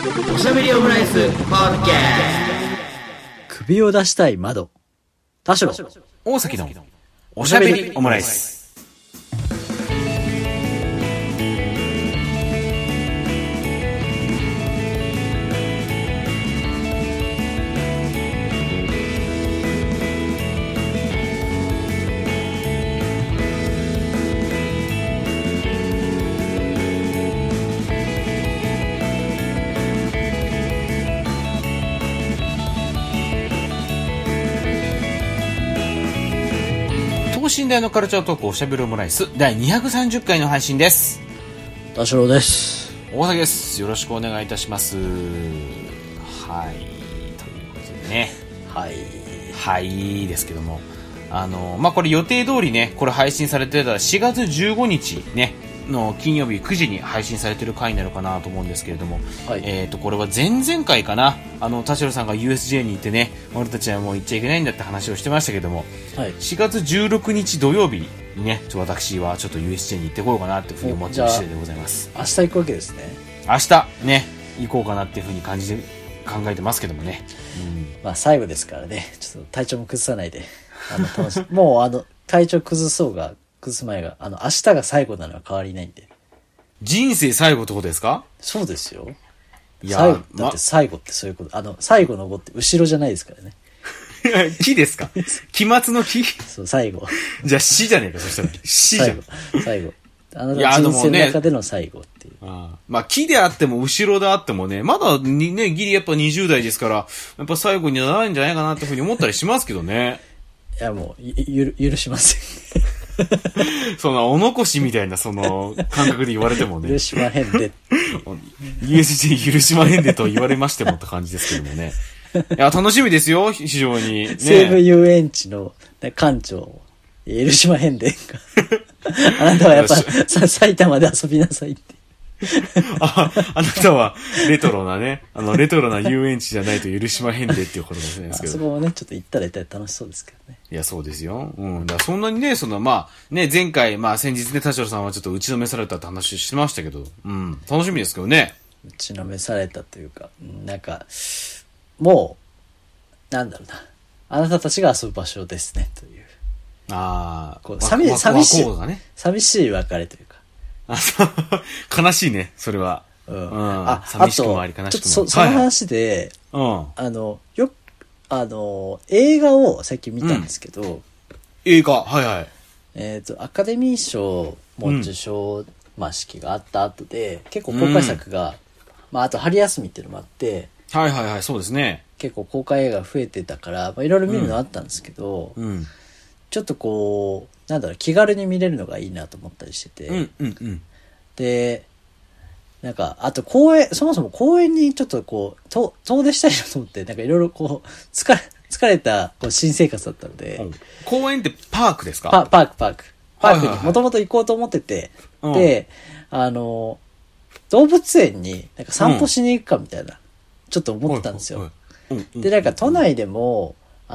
おしゃべりオムライスポッドキャスト。首を出したい窓。田代大崎のおしゃべりオムライス。等身大のカルチャートークおしゃべりオムライス第230回の配信です。 田代です。 大崎です。よろしくお願いいたします。はい、ということでね、はいですけども、これ予定通りね、これ配信されてた4月15日ねの金曜日9時に配信されてる回になるかなと思うんですけれども、 はい、 これは前々回かな、田代さんが USJ に行ってね、俺たちはもう行っちゃいけないんだって話をしてましたけども、はい、4月16日土曜日にね、私はちょっと USJ に行ってこようかなっていうふうに思っている次第でございます。 明日行くわけですね。 明日ね、行こうかなっていうふうに考えてますけどもね、 最後ですからね、ちょっと体調も崩さないで楽しもう体調崩そうが崩す前が明日が最後なのは変わりないんで。 人生最後ってことですか？ そうですよ。 いや、 だって最後ってそういうこと、最後の語って後ろじゃないですからね。 木ですか？期末の木？ そう、最後。 じゃあ死じゃねえか、そしたら。死じゃん。 最後。人生の中での最後っていう。 木であっても後ろであってもね、まだにね、ギリやっぱ20代ですから、やっぱ最後にならないんじゃないかなっていうふうに思ったりしますけどね。 いや、もう、許しません。 その、お残しみたいな、その、感覚で言われてもね。 許しまへんで。 USJ 許しまへんでと言われましてもって感じですけどもね。いや、楽しみですよ、非常に。ね、 西武遊園地の館長、許しまへんで。あなたはやっぱ、埼玉で遊びなさいって。 あなたはレトロなね、レトロな遊園地じゃないと許しまへんでっていうことかもしれないですけど。 そこもね、ちょっと行ったら楽しそうですけどね。 いや、そうですよ。だからそんなにね、前回、先日ね、田代さんはちょっと打ちのめされたって話してましたけど、楽しみですけどね。 打ちのめされたというか、もう、なんだろうな。あなたたちが遊ぶ場所ですね、という。寂しい別れというか。 悲しいね、それは。寂しくもあり悲しくも。 その話で、映画をさっき見たんですけど、 映画、はいはい。 アカデミー賞も受賞、式があった後で、結構公開作が、あと春休みっていうのもあって、 はいはいはい、そうですね。 結構公開映画増えてたから、いろいろ見るのあったんですけど、ちょっと気軽に見れるのがいいなと思ったりしてて、で、あとそもそも公園にちょっと遠出したいなと思って、いろいろ疲れた新生活だったので、 公園ってパークですか？ パークにもともと行こうと思ってて、で、動物園に散歩しに行くかみたいな、ちょっと思ってたんですよ。で、都内でも、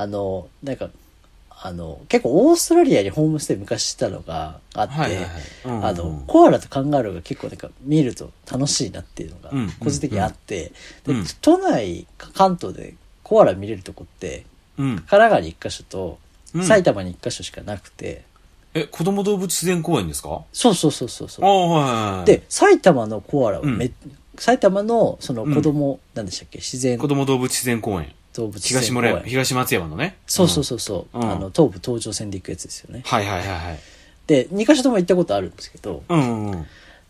結構オーストラリアにホームステイ昔したのがあって、コアラとカンガルーが結構見ると楽しいなっていうのが個人的にあって、で都内、関東でコアラ見れるとこって、神奈川に一箇所と埼玉に一箇所しかなくて、 子供動物自然公園ですか？ そう。で、埼玉のコアラは埼玉のその子供、なんでしたっけ、 子供動物自然公園。東松山のね。 そう。東武東上線で行くやつですよね。 はい。 で、2カ所とも行ったことあるんですけど、神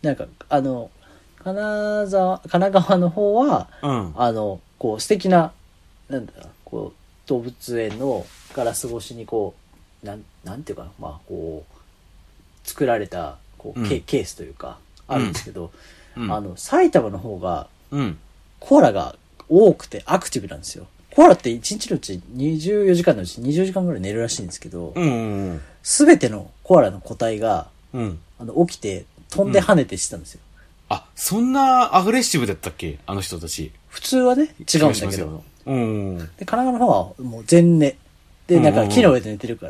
奈川の方は、素敵な、動物園のガラス越しになんていうかな、作られた、ケースというか、あるんですけど、埼玉の方が、コアラが多くてアクティブなんですよ。コアラって1日のうち24時間のうち20時間ぐらい寝るらしいんですけど、すべてのコアラの個体が、起きて飛んで跳ねてしてたんですよ。 そんなアグレッシブだったっけ、あの人たち。 普通はね、違うんだけど。で、神奈川の方はもう全寝。で、木の上で寝てるから、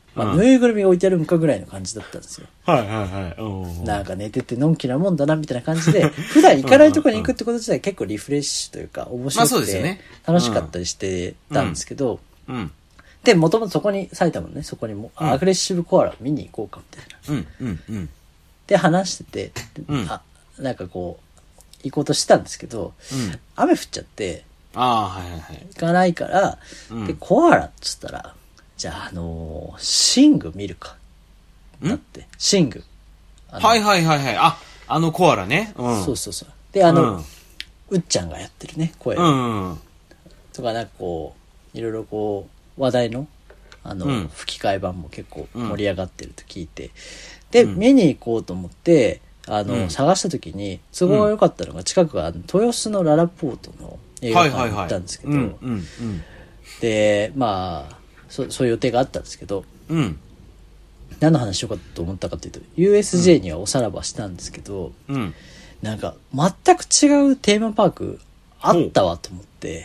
まあ、ぬいぐるみが置いてあるんかぐらいの感じだったんですよ。 はいはいはい。 なんか寝ててのんきなもんだなみたいな感じで、普段行かないところに行くってこと自体結構リフレッシュというか面白くて楽しかったりしてたんですけど、で、もともとそこに、埼玉のね、そこにもアグレッシブコアラ見に行こうかみたいな。で、話してて、なんかこう、行こうとしてたんですけど、雨降っちゃって、行かないから、で、コアラっつったら、じゃあ、シング見るか。だって、シング。 はいはいはいはい。あ、コアラね。 そうそうそう。で、うっちゃんがやってるね、声。とか、なんかこう、いろいろこう、話題の、吹き替え版も結構盛り上がってると聞いて。で、見に行こうと思って、探した時に、都合が良かったのが、近くが豊洲のララポートの映画館に行ったんですけど、で、まあ、そういう予定があったんですけど、何の話しようかと思ったかというと、USJ にはおさらばしたんですけど、なんか、全く違うテーマパークあったわと思って、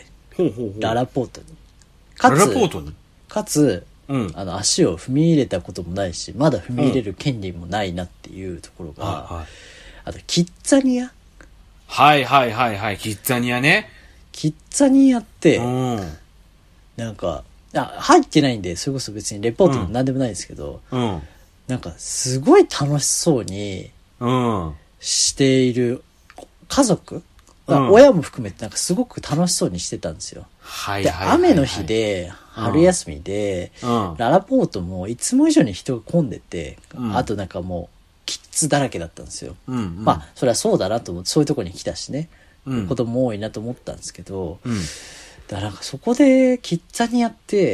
ララポートに。かつ、足を踏み入れたこともないし、まだ踏み入れる権利もないなっていうところが、あと、キッザニア。 はいはいはいはい、キッザニアね。 キッザニアって、なんか、入ってないんで、それこそ別にレポートもなんでもないですけど、なんか、すごい楽しそうにしている家族、親も含めてなんかすごく楽しそうにしてたんですよ。で、雨の日で、春休みで、ララポートもいつも以上に人が混んでて、あとなんかもう、キッズだらけだったんですよ。まあ、それはそうだなと思って、そういうとこに来たしね、子供多いなと思ったんですけど、だからなんかそこでキッザニアって、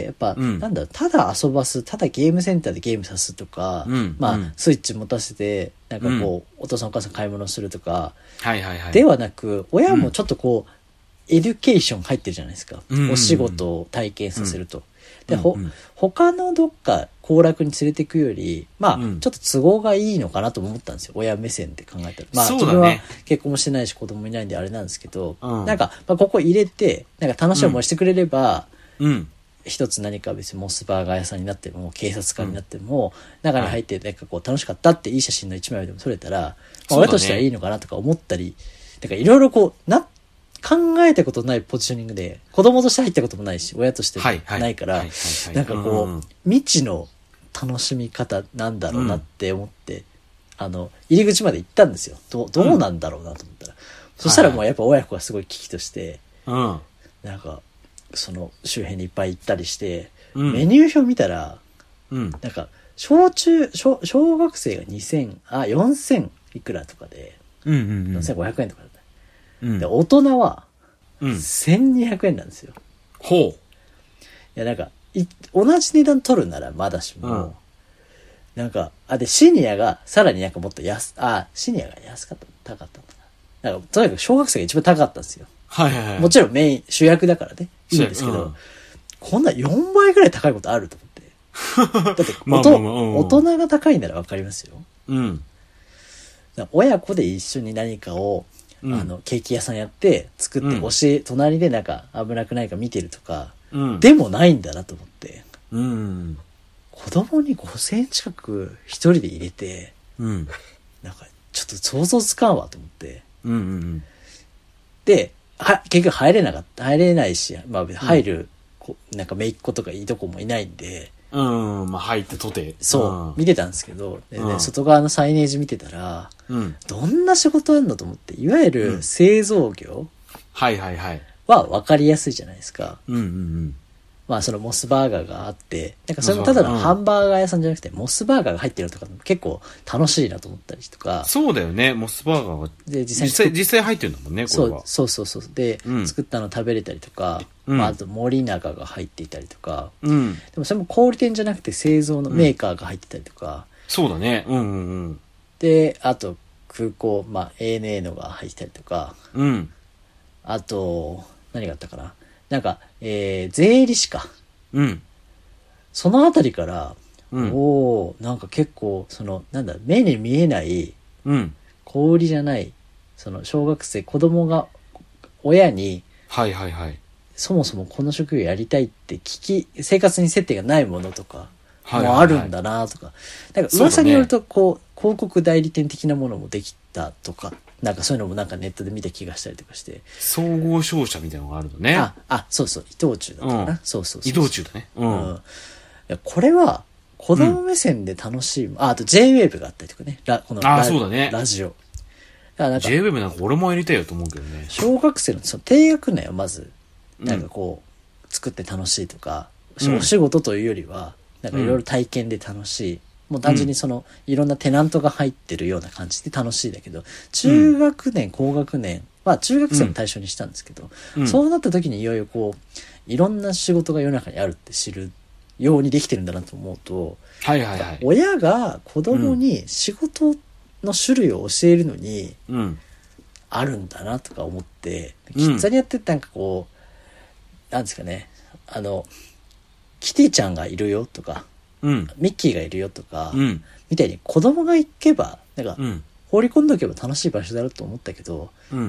やっぱ、なんだろう、ただ遊ばす、ただゲームセンターでゲームさすとか、まあ、スイッチ持たせて、なんかこう、お父さんお母さん買い物するとか、ではなく、親もちょっとこう、エデュケーション入ってるじゃないですか。お仕事を体験させると。で、他のどっか行楽に連れて行くより、まあ、ちょっと都合がいいのかなと思ったんですよ。親目線で考えたら。まあ、自分は結婚もしてないし子供もいないんであれなんですけど、なんか、まあ、ここ入れて、なんか楽しい思いしてくれれば、一つ何か別にモスバーガー屋さんになっても、警察官になっても、中に入ってなんかこう楽しかったっていい写真の一枚でも撮れたら、まあ、親としてはいいのかなとか思ったり、なんかいろいろこう、考えたことないポジショニングで、子供として入ったこともないし、親としてもないから、なんかこう、未知の楽しみ方なんだろうなって思って、入り口まで行ったんですよ。どうなんだろうなと思ったら。そしたらもうやっぱ親子がすごい危機として、なんか、その周辺にいっぱい行ったりして、メニュー表見たら、なんか、小学生が4000いくらとかで、4500円とかだった。で、大人は、1200円なんですよ。いや、なんか、同じ値段取るならまだしも、なんか、で、シニアが、さらになんかもっとシニアが安かった、高かったのかな。なんか、とにかく小学生が一番高かったんですよ。もちろん主役だからね、いいんですけど、こんな4倍ぐらい高いことあると思って。だって、大人が高いならわかりますよ。親子で一緒に何かを、ケーキ屋さんやって作って隣でなんか危なくないか見てるとか、でもないんだなと思って、子供に5000円近く一人で入れて、なんかちょっと想像つかんわと思って、で結局入れないし、まあ入る、なんか姪っ子とかいいとこもいないんで、 まあ入ってとて。 そう、見てたんですけど、で外側のサイネージ見てたら、どんな仕事あんのと思って、いわゆる製造業は分かりやすいじゃないですか。まあそのモスバーガーがあって、なんかそれもただのハンバーガー屋さんじゃなくて、モスバーガーが入ってるとか結構楽しいなと思ったりとか。 そうだよね、モスバーガーは。で、実際入ってるんだもんね、これは。 そう。で、作ったの食べれたりとか、まああと森永が入っていたりとか、でもそれも小売店じゃなくて製造のメーカーが入ってたりとか。 そうだね、 で、あと空港、まあ ANA のが入ってたりとか、あと、何があったかな。なんか、税理士か。そのあたりから、なんか結構、目に見えない、小売りじゃない、小学生、子供が、親に、そもそもこの職業やりたいって生活に接点がないものとか、 もあるんだなとか、なんか噂によるとこう広告代理店的なものもできたとか、なんかそういうのもなんかネットで見た気がしたりとかして、 総合商社みたいなのがあるのね。 そうそう、伊藤忠だったかな、そう伊藤忠だね。 いやこれは子供目線で楽しい、あと J-Wave があったりとかね、 そうだね、 ラジオ。なんか J-Wave なんか俺もやりたいよと思うけどね。 小学生のその低学年をまずなんかこう作って楽しいとか、お仕事というよりはなんかいろいろ体験で楽しい、もう単純にそのいろんなテナントが入ってるような感じで楽しいだけど、中学年高学年は中学生も対象にしたんですけど、そうなった時にいよいよこういろんな仕事が世の中にあるって知るようにできてるんだなと思うと、親が子供に仕事の種類を教えるのにあるんだなとか思って、キッザニアってなんかこうなんですかね、キティちゃんがいるよとか、ミッキーがいるよとか、みたいに子供が行けばなんか、放り込んでおけば楽しい場所だろうと思ったけど、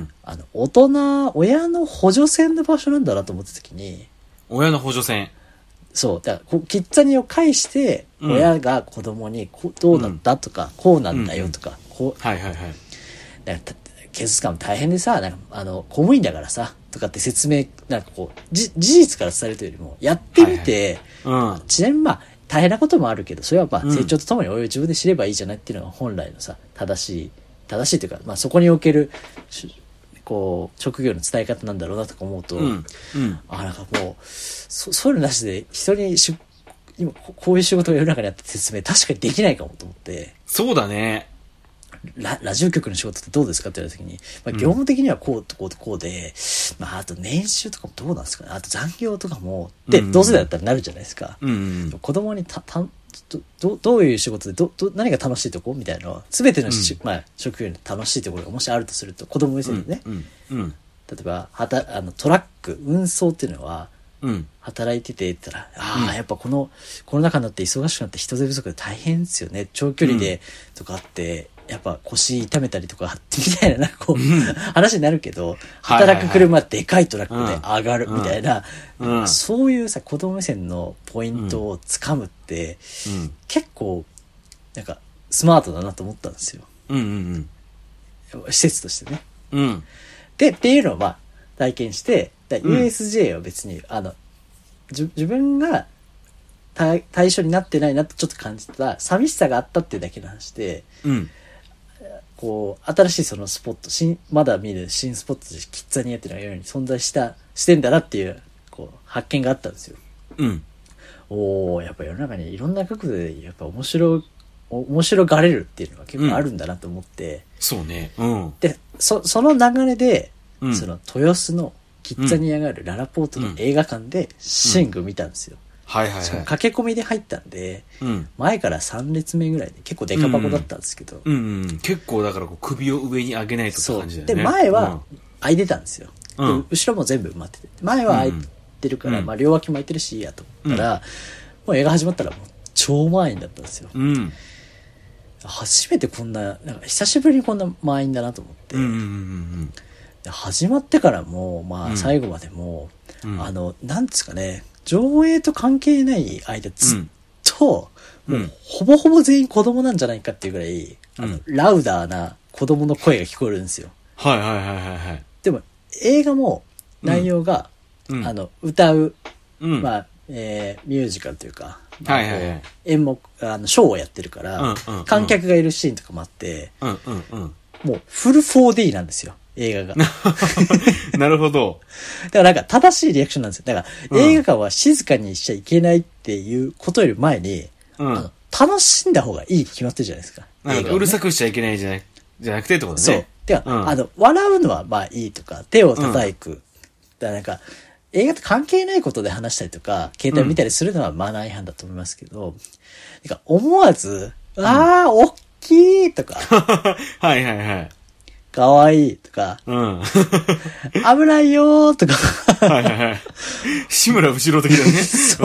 親の補助線の場所なんだなと思った時に、 親の補助線、 そうだからキッザニアを介して親が子供にどうだったとか、こうなんだよとか、こうなんか警察官も大変でさ、なんか公務員だからさとかって説明、なんかこう事実から伝えるというよりもやってみて、ちなみに大変なこともあるけど、それは成長とともに親を自分で知ればいいじゃないっていうのが本来のさ正しいというか、そこにおけるこう職業の伝え方なんだろうなとか思うと、なんかもうそういうのなしで人に今こういう仕事が世の中にあって説明確かにできないかもと思って。 そうだね。 ラジオ局の仕事ってどうですかって言われた時に、業務的にはこうとこうとこうで、あと年収とかもどうなんですかね、あと残業とかもで、同世代だったらなるじゃないですか。子供にどういう仕事で何が楽しいとこみたいなのは全ての職業の楽しいところがもしあるとすると、子供目線でね、例えばトラック運送っていうのは働いてて言ったら、やっぱこの中になって忙しくなって人手不足で大変ですよね、長距離でとかあってやっぱ腰痛めたりとかみたいなこう話になるけど、働く車はでかいトラックで上がるみたいな、そういうさ子供目線のポイントをつかむって、結構なんかスマートだなと思ったんですよ、施設としてね。でっていうのを体験して、USJ は別に自分が対象になってないなってちょっと感じた寂しさがあったっていうだけの話で、こう新しいそのスポット、まだ見る新スポットでキッザニアっていうのが世に存在してんだなっていうこう発見があったんですよ。やっぱ世の中にいろんな角度でやっぱ面白がれるっていうのが結構あるんだなと思って、 そうね。 でその流れで、その豊洲のキッザニアがあるララポートの映画館でシング見たんですよ。しかも駆け込みで入ったんで、前から3列目ぐらいで結構デカ箱だったんですけど、 結構だからこう首を上に上げないとって感じだよね。 で前は空いてたんですよ、で後ろも全部埋まってて、前は空いてるから、両脇も空いてるしいいやと思ったら、もう映画始まったらもう超満員だったんですよ。初めてなんか久しぶりにこんな満員だなと思って、始まってからも最後までも、なんですかね、上映と関係ない間ずっと、もうほぼほぼ全員子供なんじゃないかっていうぐらい、ラウダーな子供の声が聞こえるんですよ。でも映画も内容が、歌う、ミュージカルというか、演目ショーをやってるから、観客がいるシーンとかもあって、もうフル 4D なんですよ映画が。 なるほど。 だからなんか正しいリアクションなんですよ。だから映画館は静かにしちゃいけないっていうことより前に、楽しんだ方がいいに決まってるじゃないですか。映画うるさくしちゃいけないじゃなくてってことね。 そう。てか、笑うのはいいとか、手を叩く。だからなんか、映画と関係ないことで話したりとか、携帯見たりするのはマナー違反だと思いますけど、なんか思わず、おっきいとか、かわいいとか、危ないよーとか、 志村後ろ的だね。 そう。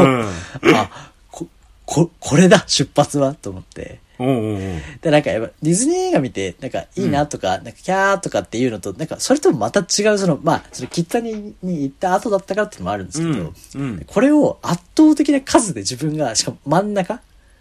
これだ、出発はと思って。で、なんかやっぱディズニー映画見て、なんかいいなとか、なんかキャーとかっていうのと、なんかそれともまた違う、そのキッザニに行った後だったからっていうのもあるんですけど、これを圧倒的な数で自分が、しかも真ん中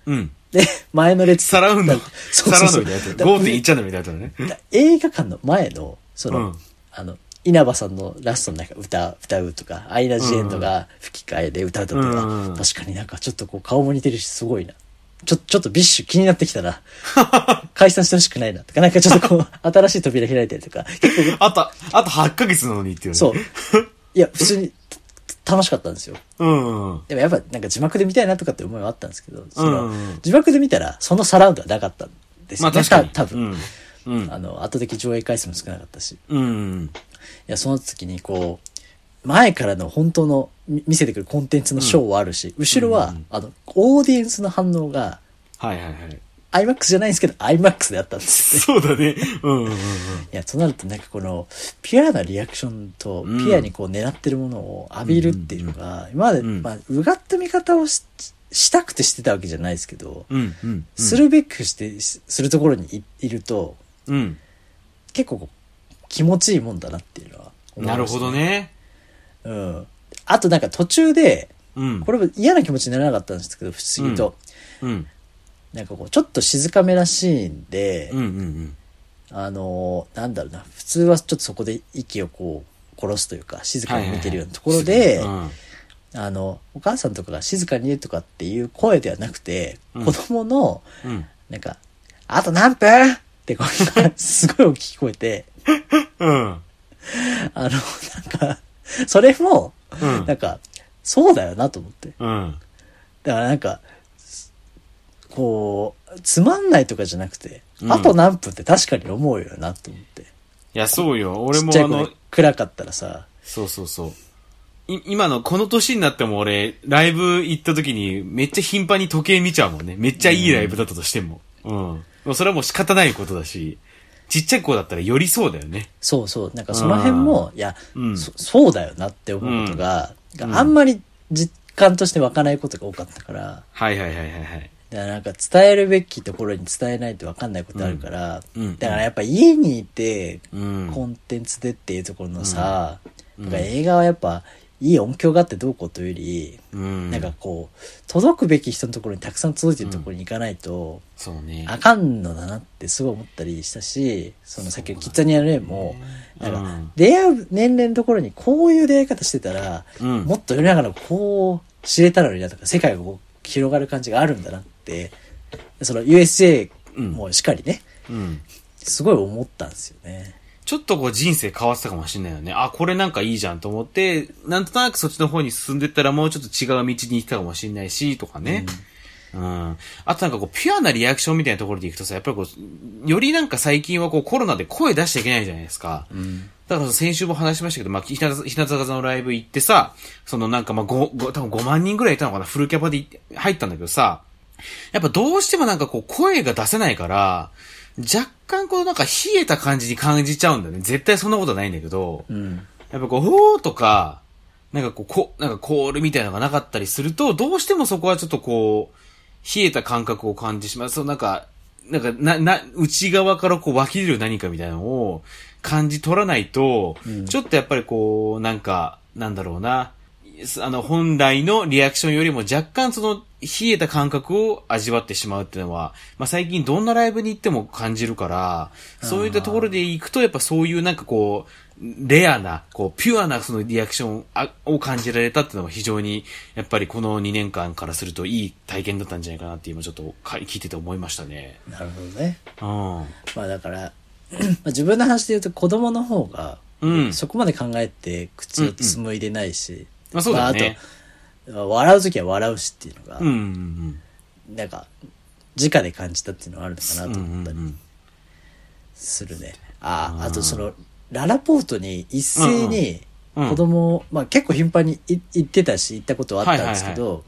うん。 で、前の列。 サラウンド。 そうサラウンドみたいなやつ。5.1 チャンネルみたいなやつね。 映画館の前の、稲葉さんのラストのなんか歌うとか、アイナ・ジ・エンドが吹き替えで歌うとか、確かになんかちょっとこう顔も似てるしすごいな。ちょっとビッシュ気になってきたな。解散してほしくないなとか、なんかちょっとこう、新しい扉開いたりとか。 あと8ヶ月なのにっていうね。 そう。いや、普通に楽しかったんですよ。でもやっぱなんか字幕で見たいなとかって思いはあったんですけど、字幕で見たらそのサラウンドはなかったんですよね。 確かに。 多分。後的上映回数も少なかったし。いや、その時にこう、前からの本当の見せてくるコンテンツのショーはあるし、後ろは、オーディエンスの反応が、IMAX じゃないんですけど、IMAX であったんですよね。そうだね。 いや、となるとなんかこの、ピュアなリアクションと、ピュアにこう狙ってるものを浴びるっていうのが、今まで、まあ、うがった見方をしたくてしてたわけじゃないですけど、するべくするところにいると、結構気持ちいいもんだなっていうのは思いましたね。 なるほどね。 あとなんか途中で、これも嫌な気持ちにならなかったんですけど、不思議と。なんかこう、ちょっと静かめなシーンで、なんだろうな、普通はちょっとそこで息をこう、殺すというか、静かに見てるようなところで、お母さんとかが静かに言うとかっていう声ではなくて、子供の、なんか、あと何分って声がすごい大きく聞こえて、なんか、それも、なんか、そうだよなと思って。だからなんか、こう、つまんないとかじゃなくて、あと何分って確かに思うよなと思って。 いや、そうよ。俺も暗かったらさ。 そう。今のこの年になっても俺、ライブ行った時にめっちゃ頻繁に時計見ちゃうもんね。めっちゃいいライブだったとしても。もうそれはもう仕方ないことだし、ちっちゃい子だったらよりそうだよね。 そう。なんかその辺も、いや、そうだよなって思うことが、あんまり実感として湧かないことが多かったから。だからなんか伝えるべきところに伝えないと分かんないことあるから、だからやっぱ家にいて、コンテンツでっていうところのさ、なんか映画はやっぱいい音響があってどうこうというより、なんかこう、届くべき人のところにたくさん届いてるところに行かないと、あかんのだなってすごい思ったりしたし、そのさっきのキッザニアの例も、なんか出会う年齢のところにこういう出会い方してたら、もっと世の中のこう知れたのになとか、世界がこう広がる感じがあるんだなって、その USJ もしっかりね、すごい思ったんですよね。 ちょっとこう人生変わってたかもしれないよね。あ、これなんかいいじゃんと思って、なんとなくそっちの方に進んでったらもうちょっと違う道に行ったかもしれないし、とかね。あとなんかこう、ピュアなリアクションみたいなところで行くとさ、やっぱりこう、よりなんか最近はこうコロナで声出しちゃいけないじゃないですか。だから先週も話しましたけど、まあ、日向坂のライブ行ってさ、そのなんかまあ多分5万人ぐらいいたのかな、フルキャパで入ったんだけどさ、やっぱどうしてもなんかこう声が出せないから、若干こうなんか冷えた感じに感じちゃうんだよね。絶対そんなことないんだけど、やっぱこう、ほーとか、なんかこう、なんかコールみたいなのがなかったりすると、どうしてもそこはちょっとこう、冷えた感覚を感じします。そうなんか、内側からこう湧き出る何かみたいなのを感じ取らないと、ちょっとやっぱりこう、なんか、なんだろうな、本来のリアクションよりも若干その冷えた感覚を味わってしまうっていうのは、まあ、最近どんなライブに行っても感じるから、そういったところで行くとやっぱそういうなんかこう、レアな、こう、ピュアなそのリアクションを感じられたっていうのは非常に、やっぱりこの2年間からするといい体験だったんじゃないかなって今ちょっと聞いてて思いましたね。 なるほどね。まあだから、自分の話で言うと子供の方が、そこまで考えて口を紡いでないし、 まあそうだね。 あと、笑うときは笑うしっていうのが、なんか、直で感じたっていうのはあるのかなと思ったりするね。あとその、ララポートに一斉に子供、まあ結構頻繁に行ってたし、行ったことはあったんですけど、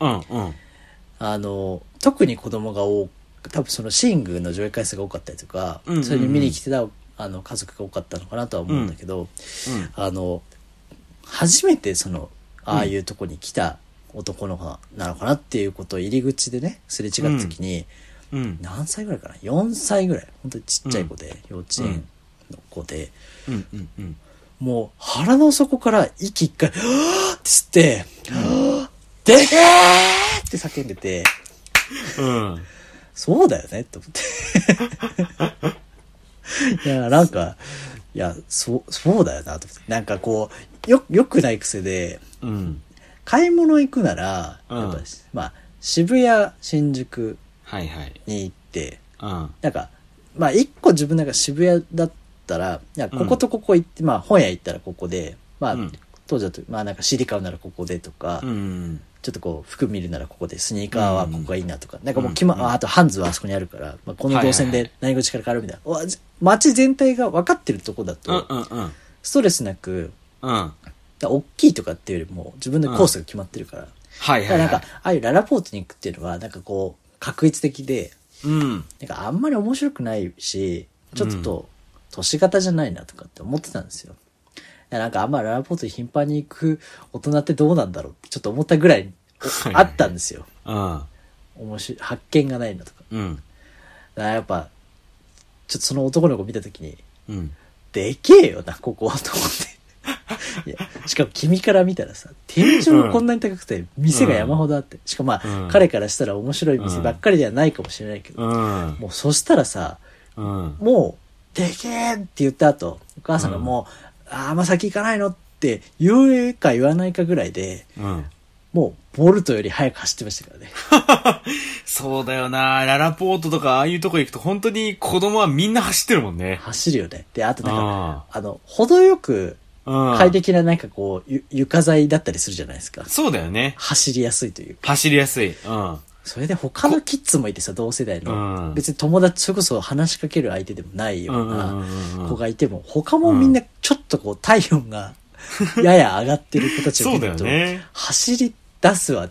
特に子供が多分そのシングの上映回数が多かったりとか、それに見に来てた家族が多かったのかなとは思うんだけど、初めてその、ああいうとこに来た男の子なのかなっていうことを入り口でね、すれ違った時に、何歳ぐらいかな ?4 歳ぐらい。本当にちっちゃい子で、幼稚園の子で、もう腹の底から息一回、はぁーって吸って、でけーって叫んでて、 うん。 そうだよねって思って。いや、なんか、いや、そうだよなと思って。なんかこう、よくない癖で、 うん。 買い物行くなら、 うん、 やっぱまあ、渋谷、新宿に行って、 はいはい、 なんか、まあ、一個自分なんか渋谷だったら、いや、こことここ行って、まあ、本屋行ったらここで、まあ、当時だと、まあ、なんか CD 買うならここでとか、ちょっとこう、服見るならここで、スニーカーはここがいいなとか、なんかもうあとハンズはあそこにあるから、まあ、この動線で何口から買うみたいな、街全体が分かってるとこだと、ストレスなく、大きいとかっていうよりも自分でコースが決まってるから、なんかああいうララポートに行くっていうのはなんかこう確率的で、なんかあんまり面白くないし、ちょっと都市型じゃないなとかって思ってたんですよ。なんかあんまララポートに頻繁に行く大人ってどうなんだろうってちょっと思ったぐらいあったんですよ。発見がないなとか。だからやっぱちょっとその男の子見たときに、でけえよなここと思って。いやしかも君から見たらさ、天井がこんなに高くて店が山ほどあって、しかもまあ、彼からしたら面白い店ばっかりではないかもしれないけど、もうそしたらさ、もうでけえって言った後、お母さんがもう、あんま先行かないのって言うか言わないかぐらいで、もうボルトより速く走ってましたからね。 そうだよな、ララポートとかああいうとこ行くと本当に子供はみんな走ってるもんね。 走るよね。で、あとなんか程よく快適ななんかこう床材だったりするじゃないですか。 そうだよね。 走りやすいというか。 走りやすい。 それで他のキッズもいてさ、同世代の、別に友達、それこそ話しかける相手でもないような子がいても、他もみんなちょっとこう体温がやや上がってる子たちを見ると、走り出すわで、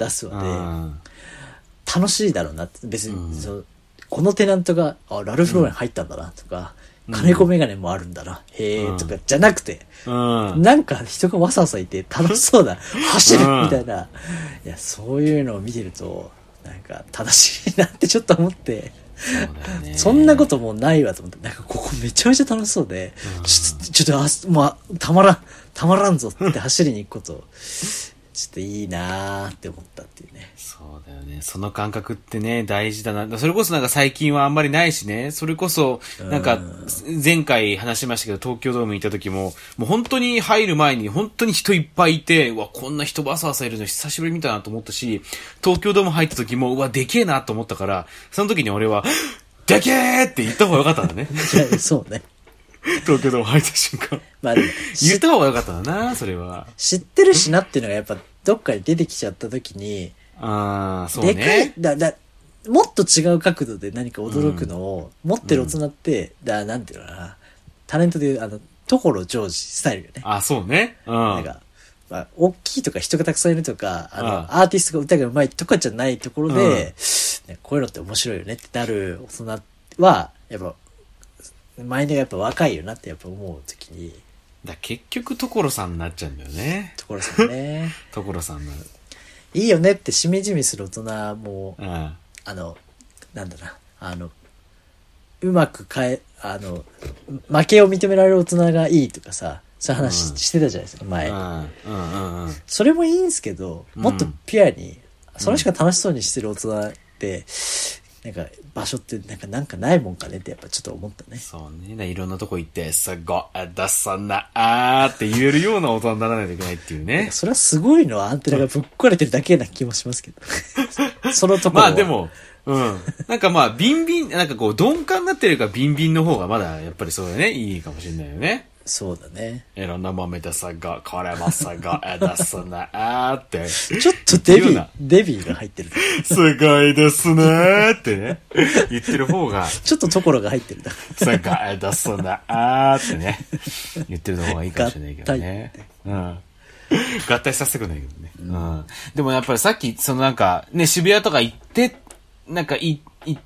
楽しいだろうなって。別にこのテナントがラルフローレン入ったんだなとか、金子メガネもあるんだな、へーとかじゃなくて、なんか人がわさわさいて楽しそうだ、走るみたいな、いや、そういうのを見てると、なんか正しいなってちょっと思って、そんなこともうないわと思って、なんかここめちゃめちゃ楽しそうで、ちょっともうたまらんぞって走りに行くこと、ちょっといいなーって思ったっていうね。 そうだよね。その感覚ってね、大事だな。それこそなんか最近はあんまりないしね。それこそ、なんか、前回話しましたけど、東京ドームに行った時も、もう本当に入る前に本当に人いっぱいいて、うわ、こんな人わさわさいるの久しぶり見たなと思ったし、東京ドーム入った時も、うわ、でけえなと思ったから、その時に俺は、でけえって言った方がよかったんだね。 そうね。 東京ドーム入った瞬間。まあでも言った方がよかったんだな、それは。 知ってるしなっていうのがやっぱどっかに出てきちゃった時に、 そうね。 でかい、もっと違う角度で何か驚くのを持ってる大人って、なんていうのかな、タレントでいう所ジョージスタイルよね。 そうね。 なんか、まあ、大きいとか人がたくさんいるとか、アーティストが歌が上手いとかじゃないところで、ね、こういうのって面白いよねってなる大人は、やっぱ、マインドがやっぱ若いよなってやっぱ思うときに。 結局所さんになっちゃうんだよね。 所さんね。 所さんになる。 いいよねってしみじみする大人も、なんだな、うまく負けを認められる大人がいいとかさ、そういう話してたじゃないですか、前。それもいいんすけど、もっとピュアに、それしか楽しそうにしてる大人って、なんか場所ってなんかないもんかねってやっぱちょっと思ったね。 そうね。いろんなとこ行って、すごい、だそんな、って言えるような大人にならないといけないっていうね。 それはすごいのはアンテナがぶっ壊れてるだけな気もしますけど。そのところは。 まあでも、なんかまあ、ビンビン、なんかこう、鈍感になってるからビンビンの方がまだやっぱりそうだね、いいかもしれないよね。 そうだね。 いろんな豆ださが、これもさが、だそんな、って。 ちょっとデビーが入ってる。 すごいですねってね。言ってる方が。 ちょっと所が入ってるだ。 すごいだそんな、ってね。言ってる方がいいかもしれないけどね。合体させてくんないけどね。でもやっぱりさっき、なんか、ね、渋谷とか行って、なんか行って、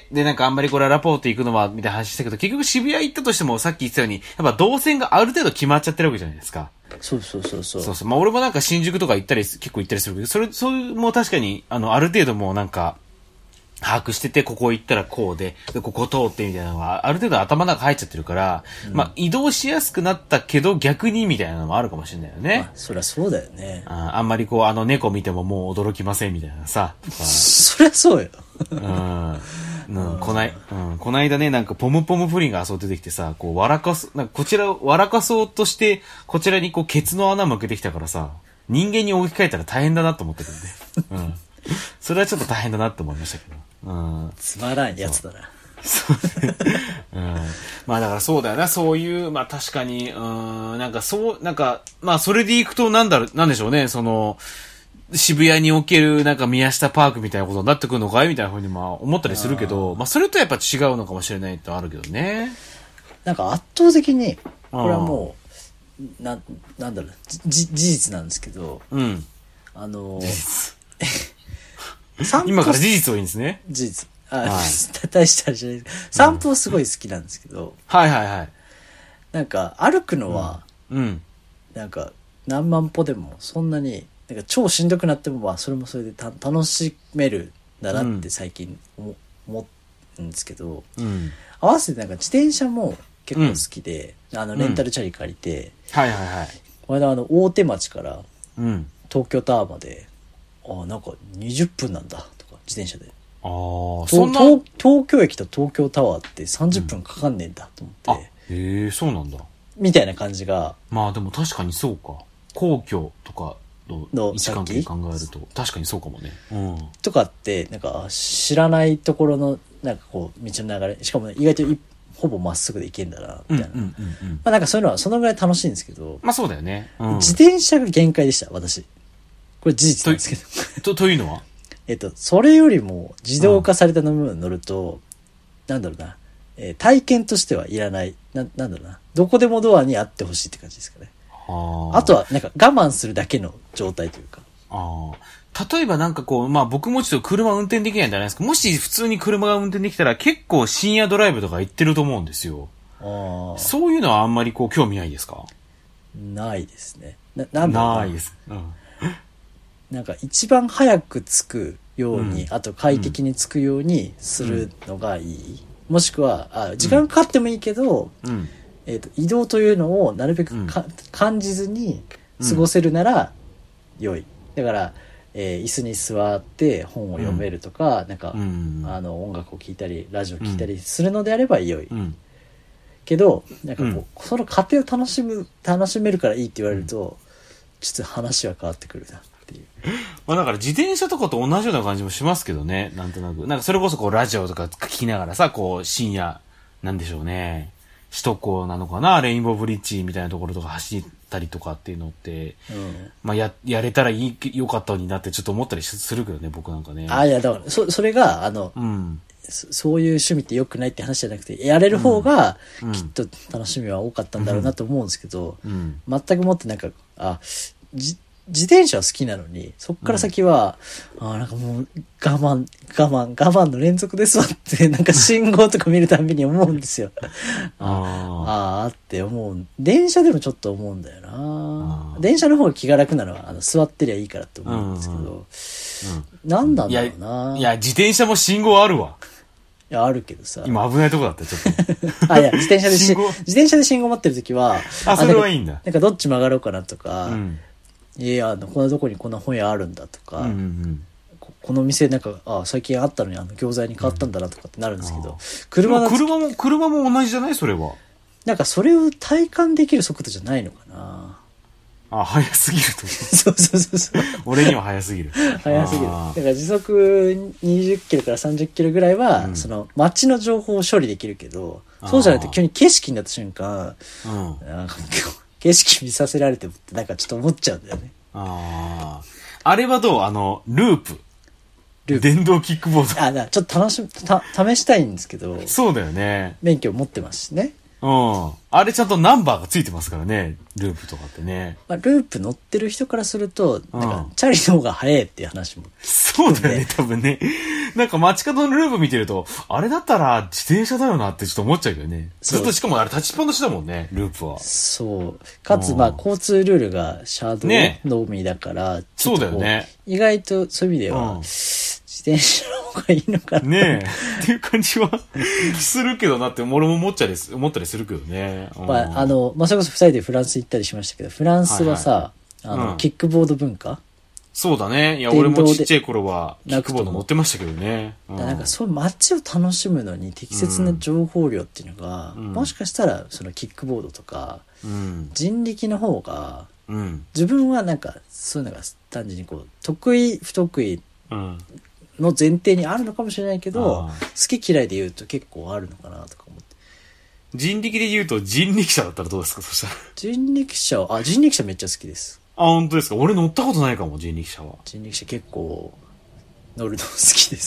で、なんかあんまりこれラポート行くのは、みたいな話したけど、結局渋谷行ったとしても、さっき言ってたように、やっぱ動線がある程度決まっちゃってるわけじゃないですか。 そう。 まあ俺もなんか新宿とか結構行ったりするけど、それも確かに、ある程度もうなんか、 把握してて、ここ行ったらこうで、ここ通ってみたいなのが、ある程度頭の中入っちゃってるから、まあ、移動しやすくなったけど、逆にみたいなのもあるかもしれないよね。 そりゃそうだよね。 あんまりこう、猫見てももう驚きませんみたいなさ。 そりゃそうよ。 こないだね、なんかポムポムプリンが遊んで出てきてさ、こう、なんかこちらを笑かそうとして、こちらにこう、ケツの穴向けてきたからさ、人間に置き換えたら大変だなと思ってるんで。それはちょっと大変だなって思いましたけど。 つまらんやつだな。 そうね。まあだからそうだよな、そういう、まあ確かに、まあそれでいくとなんでしょうね、渋谷におけるなんか宮下パークみたいなことになってくるのかいみたいな風にまあ思ったりするけど、まあそれとやっぱ違うのかもしれないってあるけどね。 なんか圧倒的に、これはもう、なんだろう、事実なんですけど、 今から事実をいいんですね。 事実。大したあれじゃないです。散歩すごい好きなんですけど、 はいはいはい。 なんか歩くのは、なんか何万歩でもそんなに、なんか超しんどくなっても、まあそれもそれで楽しめるんだなって最近思うんですけど、合わせてなんか自転車も結構好きで、レンタルチャリ借りて、 はいはいはい。 この間大手町から東京タワーまで、なんか20分なんだとか自転車で。東京駅と東京タワーって30分かかんねえんだと思って。 そうなんだ。 みたいな感じが。 まあでも確かにそうか。皇居とかの位置関係考えると確かにそうかもね。 とかってなんか知らないところのなんかこう道の流れ、しかも、ね、意外とほぼまっすぐで行けんだなみたいな。まあなんかそういうのはそのぐらい楽しいんですけど。 まあそうだよね。 自転車が限界でした私。これ事実なんですけど。というのは？ それよりも自動化されたものに乗ると、なんだろうな、体験としてはいらない。なんだろうな。どこでもドアにあってほしいって感じですかね。あとは、なんか我慢するだけの状態というか。 例えばなんかこう、まあ僕もちょっと車運転できないんじゃないですか。もし普通に車が運転できたら結構深夜ドライブとか行ってると思うんですよ。そういうのはあんまりこう興味ないですか？ ないですね。なんだろうな。 ないです。 なんか一番早く着くように、あと快適に着くようにするのがいい。もしくは、時間かかってもいいけど、移動というのをなるべく感じずに過ごせるなら良い。だから、椅子に座って本を読めるとか、なんか、音楽を聴いたり、ラジオ聴いたりするのであれば良い。けど、なんかこう、その過程を楽しめるからいいって言われると、ちょっと話は変わってくるな。 まあだから自転車とかと同じような感じもしますけどね、なんとなく。なんかそれこそこうラジオとか聞きながらさ、こう深夜、なんでしょうね。首都高なのかな、レインボーブリッジみたいなところとか走ったりとかっていうのって、まあやれたらよかったのになってちょっと思ったりするけどね、僕なんかね。 いや、だから、それが、そういう趣味って良くないって話じゃなくて、やれる方が、きっと楽しみは多かったんだろうなと思うんですけど、全くもってなんか、自転車は好きなのに、そっから先は、なんかもう、我慢の連続ですわって、なんか信号とか見るたびに思うんですよ。って思う。電車でもちょっと思うんだよな。電車の方が気が楽なのは、座ってりゃいいからって思うんですけど、なんなんだろうな。 いや、自転車も信号あるわ。 いや、あるけどさ。 今危ないとこだった、ちょっと。 いや、自転車で信号待ってるときは、 それはいいんだ。 なんかどっち曲がろうかなとか、いや、このとこにこんな本屋あるんだとか、この店なんか、最近あったのに餃子屋に変わったんだなとかってなるんですけど、車も同じじゃない？それは。 なんかそれを体感できる速度じゃないのかな。 速すぎると。 そう。 俺には速すぎる。 速すぎる。だから時速20キロから30キロぐらいは、その街の情報を処理できるけど、そうじゃないと急に景色になった瞬間、なんか景色見させられてもってなんかちょっと思っちゃうんだよね。 あれはどう？ループ。電動キックボード。 ちょっと試したいんですけど。 そうだよね。 免許持ってますしね。 あれちゃんとナンバーがついてますからね、ループとかってね。 ループ乗ってる人からすると、なんか、チャリの方が早いっていう話も。 そうだよね、多分ね。なんか街角のループ見てると、あれだったら自転車だよなってちょっと思っちゃうけどね。ずっとしかもあれ立ちっぱなしだもんね、ループは。 そう。かつ、交通ルールが車道のみだから、 そうだよね。 意外とそういう意味では、自転車の方がいいのかな。 ねえ。っていう感じはするけどなって、俺も思ったりするけどね。 まあ、まあ、それこそ二人でフランス行ったりしましたけど、フランスはさ、キックボード文化そうだね。いや、俺もちっちゃい頃は、キックボード乗ってましたけどね。 なんかそういう街を楽しむのに適切な情報量っていうのが、もしかしたら、そのキックボードとか、人力の方が、自分はなんか、そういうのが単純にこう、得意、不得意の前提にあるのかもしれないけど、好き嫌いで言うと結構あるのかなとか思って。 人力で言うと人力車だったらどうですか、そしたら。 人力車めっちゃ好きです。 あ、本当ですか。俺乗ったことないかも、人力車は。 人力車結構、乗るの好きです。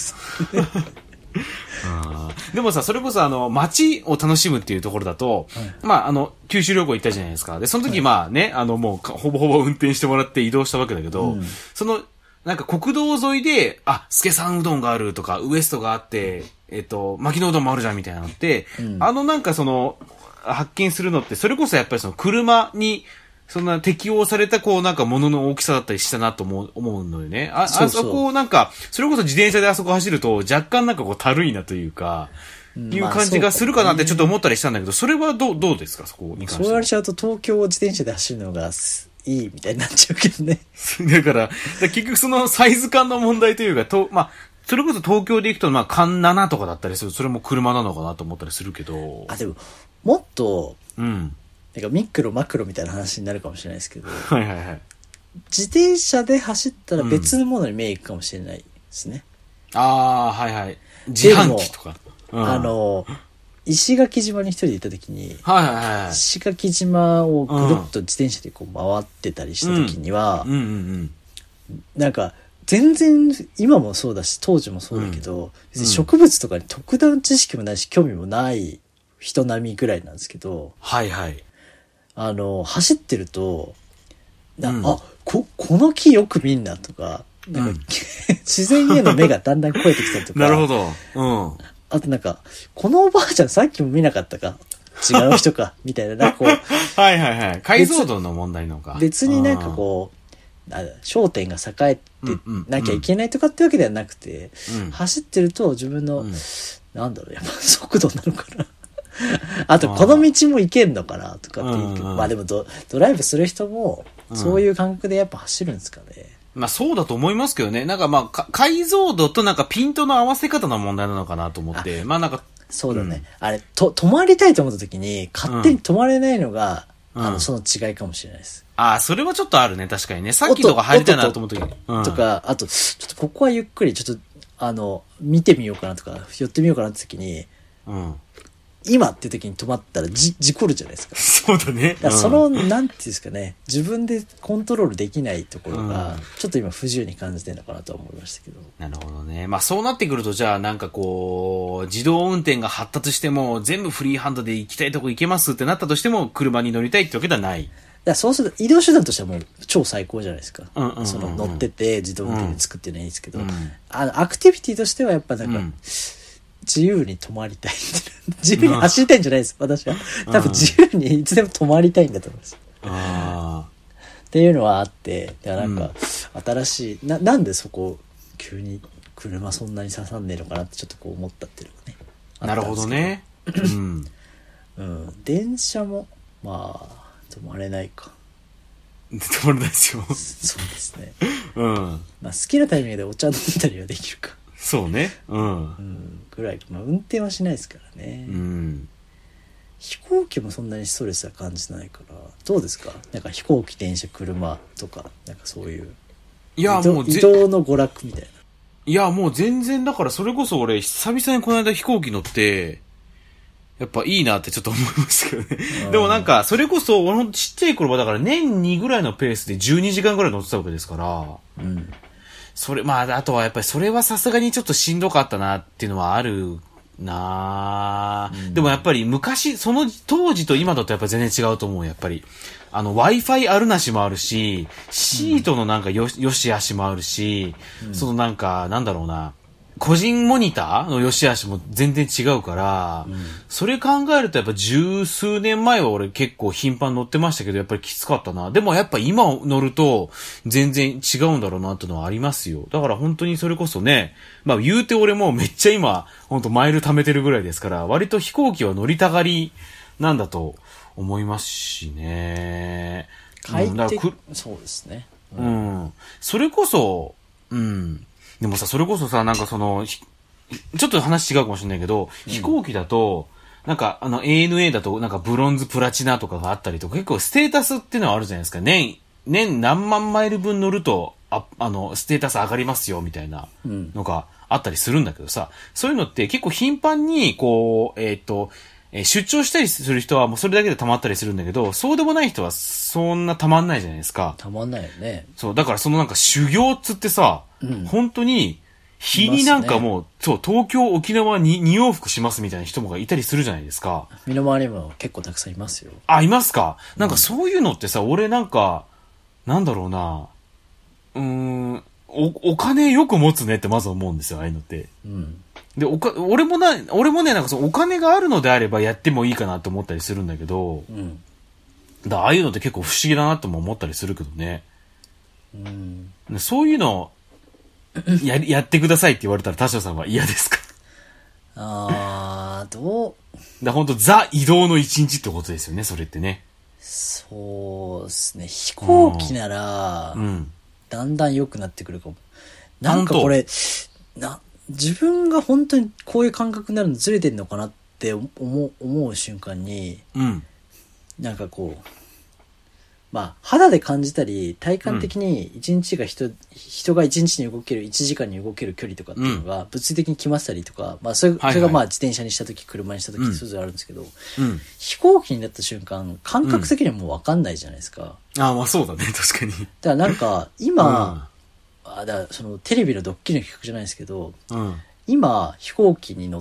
でもさ、それこそ街を楽しむっていうところだと、まあ九州旅行行ったじゃないですか。で、その時まあね、もうほぼほぼ運転してもらって移動したわけだけど、なんか国道沿いで、助さんうどんがあるとか、ウエストがあって、牧野うどんもあるじゃんみたいなのって、なんか発見するのって、それこそやっぱり車に、そんな適応されたなんか物の大きさだったりしたなと思うのよね。そこなんか、それこそ自転車であそこ走ると若干なんかたるいなというか、いう感じがするかなってちょっと思ったりしたんだけど、それはどうですか、そこに関しては。 そう言われちゃうと東京を自転車で走るのがいいみたいになっちゃうけどね。 だから結局そのサイズ感の問題というか、まあ、それこそ東京で行くと、まあ、環7とかだったりする。それも車なのかなと思ったりするけど。 でも、もっと、なんかミクロマクロみたいな話になるかもしれないですけど、 はいはいはい。 自転車で走ったら別のものに目いくかもしれないですね。 はいはい。自販機とか。 石垣島に一人で行った時に、石垣島をぐるっと自転車で回ってたりした時には、なんか、全然、今もそうだし、当時もそうだけど、別に植物とかに特段知識もないし、興味もない人並みぐらいなんですけど、 はいはい。 走ってると、この木よく見んなとか、なんか、自然への目がだんだん超えてきたりとか。 なるほど。 あとなんか、このおばあちゃんさっきも見なかったか違う人かみたいな、なんかこう。 はいはいはい。解像度の問題のか。 別になんか焦点が栄えてなきゃいけないとかってわけではなくて、走ってると自分の、なんだろう、やっぱ速度なのかな。あと、この道も行けんのかなとかっていう。まあでもドライブする人も、そういう感覚でやっぱ走るんですかね。 まあそうだと思いますけどね。なんかまあ、解像度となんかピントの合わせ方の問題なのかなと思って。まあなんか。 そうだね。あれ、止まりたいと思った時に、勝手に止まれないのが、その違いかもしれないです。 それはちょっとあるね、確かにね。さっきとか入りたいなと思った時に。 とか、あと、ちょっとここはゆっくり、ちょっと、見てみようかなとか、寄ってみようかなって時に、今っていう時に止まったら事故るじゃないですか。 そうだね。 だからなんていうんですかね、自分でコントロールできないところが、ちょっと今不自由に感じてるのかなとは思いましたけど。 なるほどね。まあそうなってくると、じゃあなんか自動運転が発達しても、全部フリーハンドで行きたいとこ行けますってなったとしても、車に乗りたいってわけではない。 そうすると移動手段としてはもう超最高じゃないですか。乗ってて自動運転で作っていうのはいいですけど、アクティビティとしてはやっぱなんか、自由に止まりたい。自由に走りたいんじゃないです、私は。多分自由にいつでも止まりたいんだと思います。っていうのはあって、なんか、新しい、なんでそこ、急に車そんなに刺さんねえのかなってちょっと思ったっていうのがね。 なるほどね。 電車も、まあ、止まれないか。 止まれないですよ。 そうですね。まあ、好きなタイミングでお茶飲んだりはできるか。 そうね。 ぐらい。まあ、運転はしないですからね。飛行機もそんなにストレスは感じないから、どうですか？なんか飛行機、電車、車とか、なんかそういう。いや、もう移動の娯楽みたいな。 いや、もう全然だからそれこそ俺、久々にこの間飛行機乗って、やっぱいいなってちょっと思いますけどね。でもなんか、それこそ、俺のちっちゃい頃はだから年2ぐらいのペースで12時間ぐらい乗ってたわけですから、それ、まあ、あとはやっぱりそれはさすがにちょっとしんどかったなっていうのはあるなぁ。でもやっぱり昔、その当時と今だとやっぱ全然違うと思う、やっぱり。Wi-Fi あるなしもあるし、シートのなんかよしあしもあるし、そのなんか、なんだろうな。 個人モニターの良し悪しも全然違うから、それ考えるとやっぱ十数年前は俺結構頻繁に乗ってましたけど、やっぱりきつかったな。でもやっぱ今乗ると全然違うんだろうなってのはありますよ。だから本当にそれこそね、まあ言うて俺もめっちゃ今、本当マイル貯めてるぐらいですから、割と飛行機は乗りたがりなんだと思いますしね。 そうですね。 それこそ、でもさ、それこそさ、なんかその、ちょっと話違うかもしれないけど、飛行機だと、なんかANA だとなんかブロンズプラチナとかがあったりとか、結構ステータスっていうのはあるじゃないですか。年何万マイル分乗ると、ステータス上がりますよ、みたいなのがあったりするんだけどさ、そういうのって結構頻繁に、こう、出張したりする人はもうそれだけで溜まったりするんだけど、そうでもない人はそんな溜まんないじゃないですか。 溜まんないよね。 そう、だからそのなんか修行っつってさ、本当に、日になんかもう、そう、東京、沖縄に2往復しますみたいな人もがいたりするじゃないですか。 身の回りも結構たくさんいますよ。 あ、いますか？なんかそういうのってさ、俺なんか、なんだろうな、お金よく持つねってまず思うんですよ、ああいうのって。で、俺もね、なんかそのお金があるのであればやってもいいかなと思ったりするんだけど、ああいうのって結構不思議だなとも思ったりするけどね。そういうのやってくださいって言われたら田代さんは嫌ですか？ どう本当ザ移動の一日ってことですよね、それってね。 そうですね。飛行機なら、だんだん良くなってくるかも。なんかこれ、自分が本当にこういう感覚になるのずれてんのかなって思う瞬間に、なんかこう、まあ、肌で感じたり、体感的に一日が人が一日に動ける、1時間に動ける距離とかっていうのが物理的に来ましたりとか、まあ、それがまあ自転車にしたとき、車にしたとき、それぞれあるんですけど、飛行機になった瞬間、感覚的にはもう分かんないじゃないですか。 まあそうだね、確かに。 だからなんか、今、だからそのテレビのドッキリの企画じゃないですけど、今、飛行機に乗って、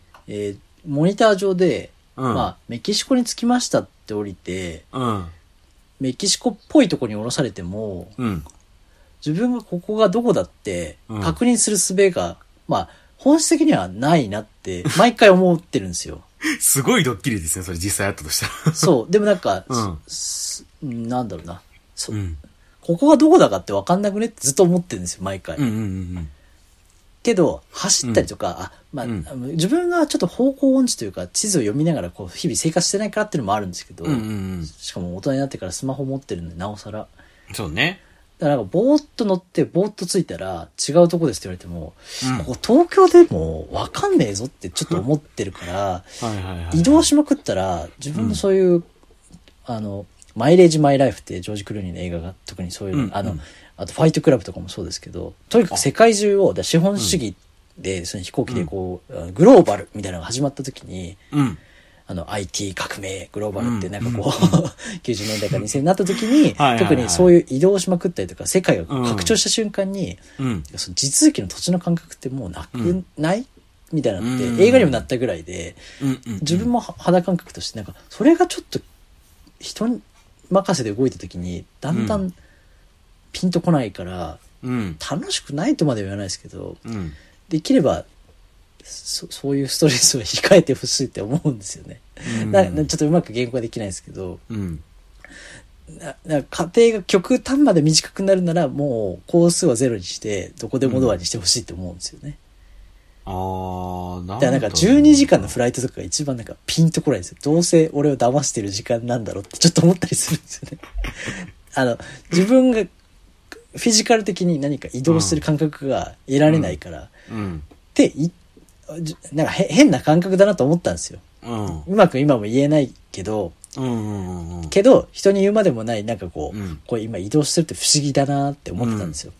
モニター上で、まあ、メキシコに着きましたって降りて、メキシコっぽいところに降ろされても、自分がここがどこだって確認する術が、まあ、本質的にはないなって、毎回思ってるんですよ。 すごいドッキリですね、それ実際あったとしたら。 そう。でもなんか、なんだろうな。ここがどこだかって分かんなくねってずっと思ってるんですよ、毎回。けど、走ったりとか、自分がちょっと方向音痴というか、地図を読みながらこう日々生活してないからっていうのもあるんですけど、しかも大人になってからスマホ持ってるんで、なおさら。 そうね。 だからなんか、ぼーっと乗って、ぼーっと着いたら、違うとこですって言われても、ここ東京でも分かんねえぞってちょっと思ってるから、移動しまくったら、自分のそういう、マイレージマイライフってジョージ・クルーニーの映画が特にそういう、あとファイトクラブとかもそうですけど、とにかく世界中を、資本主義で、その飛行機でこう、グローバルみたいなのが始まった時に、IT 革命、グローバルってなんかこう、90年代から2000年になった時に、特にそういう移動しまくったりとか、世界が拡張した瞬間に、その地続きの土地の感覚ってもうなくないみたいなのって映画にもなったぐらいで、自分も肌感覚としてなんか、それがちょっと人に任せで動いた時に、だんだんピンとこないから、楽しくないとまでは言わないですけど、できれば、そういうストレスを控えてほしいって思うんですよね。ちょっとうまく言語化できないですけど、家庭が極端まで短くなるならもう工数はゼロにしてどこでもドアにしてほしいって思うんですよね。だからなんか12時間のフライトとかが一番なんかピンとこないんですよ。どうせ俺を騙してる時間なんだろうってちょっと思ったりするんですよね。自分がフィジカル的に何か移動する感覚が得られないから、でなんか変な感覚だなと思ったんですよ。うまく今も言えないけど、人に言うまでもないなんかこう今移動してるって不思議だなって思ってたんですよ。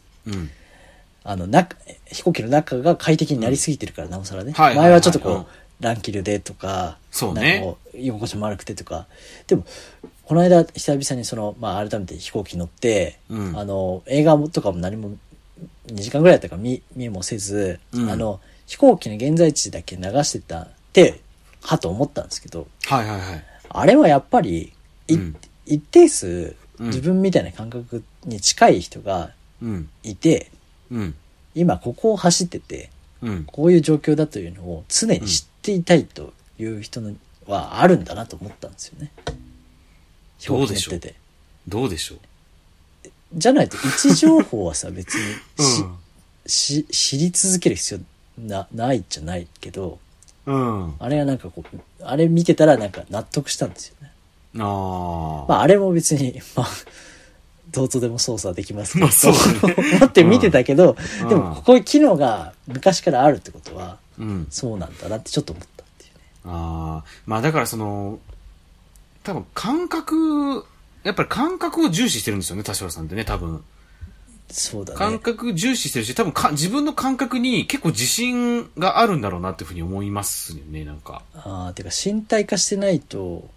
飛行機の中が快適になりすぎてるからなおさらね。前はちょっとこう乱気流でとか、なんかこう居心地も悪くてとか、でもこの間久々に改めて飛行機乗って、映画とかも何も2時間ぐらいだったから見もせず、飛行機の現在地だけ流してたってと思ったんですけど、あれはやっぱり一定数自分みたいな感覚に近い人がいて、今ここを走っててこういう状況だというのを常に知っていたいという人のはあるんだなと思ったんですよね。 どうでしょう。どうでしょう。 じゃないと位置情報はさ別に知り続ける必要ないじゃないけど、あれはなんかこうあれ見てたらなんか納得したんですよね。まああれも別にまあどうとでも操作できますけど、まあそうね、思って見てたけど、でもこういう機能が昔からあるってことは、そうなんだなってちょっと思ったっていうね。 まあだからその多分やっぱり感覚を重視してるんですよね、田代さんってね、多分。 そうだね。 感覚重視してるし、多分自分の感覚に結構自信があるんだろうなっていうふうに思いますよね、なんか。 てか身体化してないと。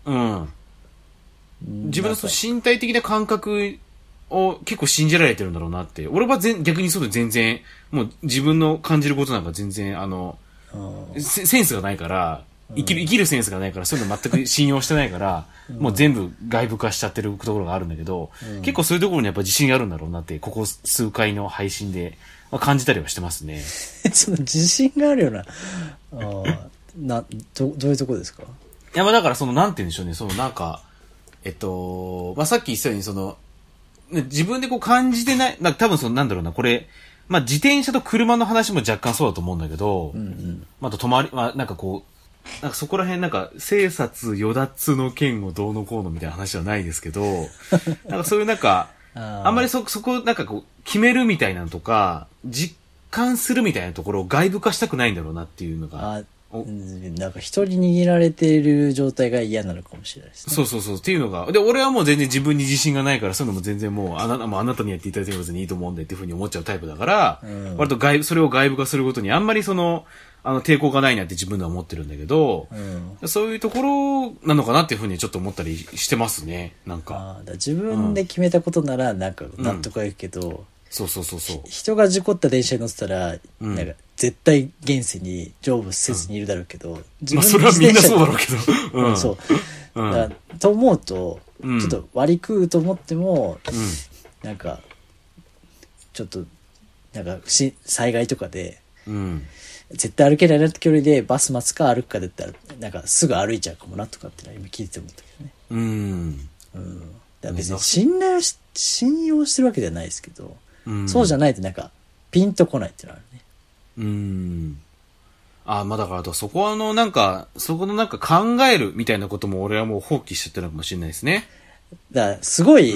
自分のその身体的な感覚を結構信じられてるんだろうなって。俺は逆にそうで全然、もう自分の感じることなんか全然、センスがないから、生きるセンスがないから、そういうの全く信用してないから、もう全部外部化しちゃってるところがあるんだけど、結構そういうところにやっぱ自信があるんだろうなって、ここ数回の配信で感じたりはしてますね。 その自信があるような、どういうところですか？ いや、まあだからなんて言うんでしょうね、なんか、まあさっき言ったように自分でこう感じてない、多分なんだろうな、これ、まあ自転車と車の話も若干そうだと思うんだけど、まあなんかこう、なんかそこら辺なんか、生殺与奪の剣をどうのこうのみたいな話はないですけど、なんかそういうなんか、あんまりそこなんかこう、決めるみたいなのとか、実感するみたいなところを外部化したくないんだろうなっていうのが。 なんか人に握られている状態が嫌なのかもしれないですね。 そうっていうのが。で、俺はもう全然自分に自信がないから、そういうのも全然もう、あなたにやっていただいても別にいいと思うんでっていうふうに思っちゃうタイプだから、割とそれを外部化することにあんまり抵抗がないなって自分では思ってるんだけど、そういうところなのかなっていうふうにちょっと思ったりしてますね、なんか。 自分で決めたことなら、なんか納得はいくけど、 そう。 人が事故った電車に乗ってたら、なんか絶対現世に成仏せずにいるだろうけど、 まあそれはみんなそうだろうけど。 そう。と思うと、ちょっと割り食うと思っても、なんか、ちょっと、なんか災害とかで、絶対歩けないなって距離でバス待つか歩くかだったら、なんかすぐ歩いちゃうかもなとかってのは今聞いて思ったけどね。だから別に信用してるわけではないですけど、そうじゃないとなんかピンとこないっていうのはあるね。 まあだからそこはなんか、そこのなんか考えるみたいなことも俺はもう放棄しちゃってるのかもしれないですね。 だからすごい、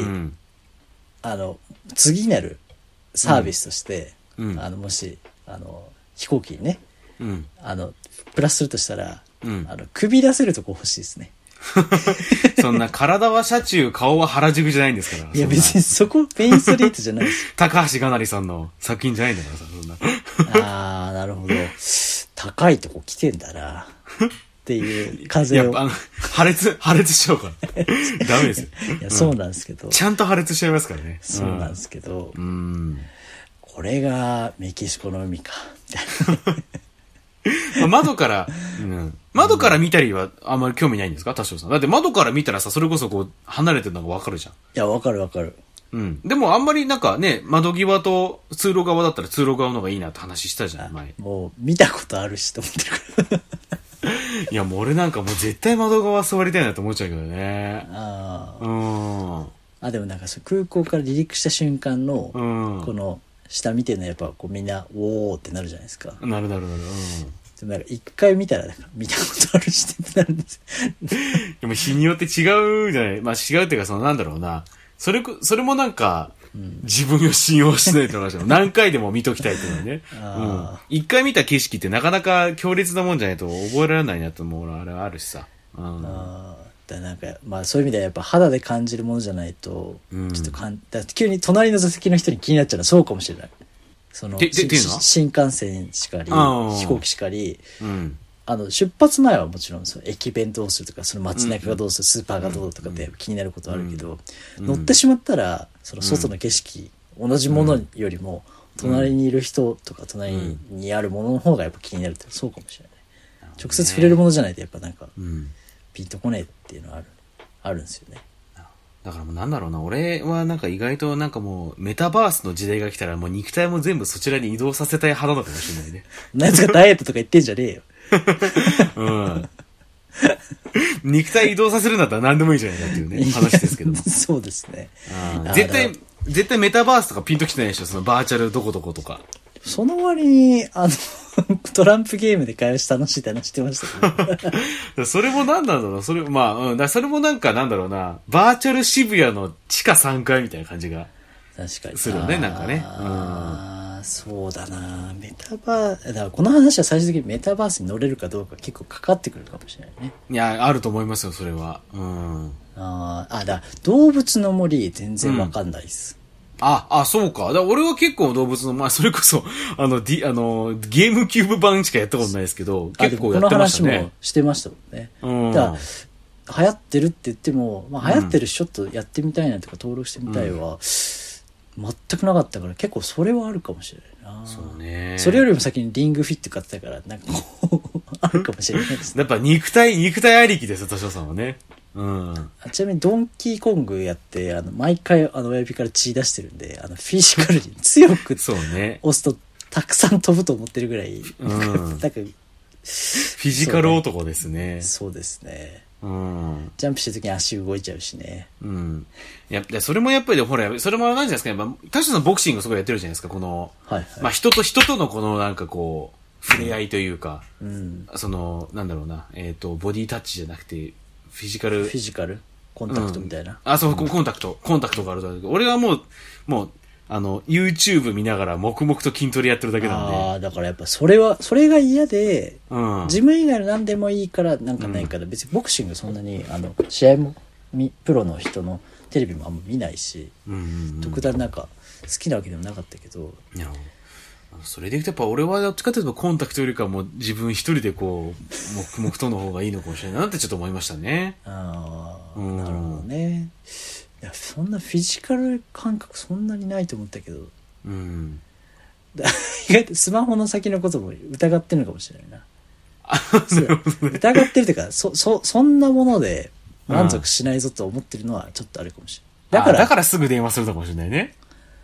次なるサービスとして、もし、飛行機にね、プラスするとしたら、首出せるとこ欲しいですね。 そんな体は車中、顔は原宿じゃないんですから。 いや別にそこメインストリートじゃないです。 高橋がなりさんの作品じゃないんだからさ、そんな。 なるほど。高いとこ来てんだな。っていう風を。 やっぱ破裂しちゃうから。ダメですよ。 いや、そうなんですけど。 ちゃんと破裂しちゃいますからね。 そうなんですけど。これがメキシコの海か。みたいな。 窓から見たりはあんまり興味ないんですか、田代さん。だって窓から見たらさ、それこそこう、離れてるのがわかるじゃん。いや、わかる。 でもあんまりなんかね、窓際と通路側だったら通路側の方がいいなって話したじゃん、前。 もう、見たことあるしと思ってるから。 いや、もう俺なんかもう絶対窓側座りたいなと思っちゃうけどね。 でもなんか空港から離陸した瞬間の、この、下見てるのやっぱこうみんなおーってなるじゃないですか。 なる。でもなんか一回見たらなんか見たことあるしってなるんですでも日によって違うじゃない。まあ違うっていうかなんだろうな。それもなんか、自分を信用しないとか何回でも見ときたいっていうのはね。一回見た景色ってなかなか強烈なもんじゃないと覚えられないなと思うのあれあるしさ。 なんかまあそういう意味ではやっぱ肌で感じるものじゃないと、ちょっとだって急に隣の座席の人に気になっちゃうのはそうかもしれない。新幹線しかり飛行機しかり、出発前はもちろん駅弁どうするとか街中がどうする、スーパーがどうとかって気になることあるけど、乗ってしまったら外の景色、同じものよりも隣にいる人とか隣にあるものの方がやっぱ気になるってそうかもしれない。直接触れるものじゃないとやっぱなんか、ピンとこねえっていうのはあるんですよね。 だからもうなんだろうな、俺はなんか意外となんかもうメタバースの時代が来たらもう肉体も全部そちらに移動させたい派なのかもしれないね。 なんかダイエットとか言ってんじゃねえよ。 うん。肉体移動させるんだったら何でもいいじゃないかっていうね、話ですけども。 そうですね。 絶対メタバースとかピンときてないでしょ、そのバーチャルどこどことか。 その割に、トランプゲームで会話し楽しいって話してましたけど。 それもなんなんだろう、それ、まあ、うん、それもなんかなんだろうな、バーチャル渋谷の地下3階みたいな感じが。 確かに。 するよね、なんかね。 ああ、そうだな。メタバー、だからこの話は最終的にメタバースに乗れるかどうか結構かかってくるかもしれないね。 いや、あると思いますよ、それは。うん。 動物の森全然わかんないっす。 そうか。俺は結構動物の、まあ、それこそ、ゲームキューブ版しかやったことないですけど、結構やってましたね。この話もしてましたもんね。うん。だから、流行ってるって言っても、まあ、流行ってるしちょっとやってみたいなとか登録してみたいは、全くなかったから結構それはあるかもしれないな。そうね。それよりも先にリングフィット買ってたから、なんかこう、あるかもしれないですね。 やっぱ肉体ありきですよ、多少さんはね。うん。 ちなみにドンキーコングやって、毎回親指から血出してるんで、フィジカルに強くそうね。 押すとたくさん飛ぶと思ってるぐらい、なんか、フィジカル男ですね。 そうですね。うん。ジャンプしてるときに足動いちゃうしね。 うん。いや、それもやっぱり、ほら、それも何じゃないですかね。確かにボクシングすごいやってるじゃないですか、この、はいはい、まあ人とのこのなんかこう、触れ合いというか、うん、なんだろうな、ボディタッチじゃなくて、フィジカルコンタクトみたいな。 そう、 コンタクトがあると。俺はもう、YouTube 見ながら黙々と筋トレやってるだけなんで。 だからやっぱそれが嫌で、ジム以外の何でもいいからなんかないから、別にボクシングそんなに、試合も、プロの人のテレビもあんま見ないし、特段なんか好きなわけでもなかったけど。 いや、それでいくとやっぱ俺はどっちかというとコンタクトよりかもう自分一人でこう、黙々との方がいいのかもしれないなってちょっと思いましたね。なるほどね。いや、そんなフィジカル感覚そんなにないと思ったけど。うん。意外とスマホの先のことも疑ってるのかもしれないな。疑ってるっていうか、そんなもので満足しないぞと思ってるのはちょっとあるかもしれない。 だからすぐ電話するのかもしれないね。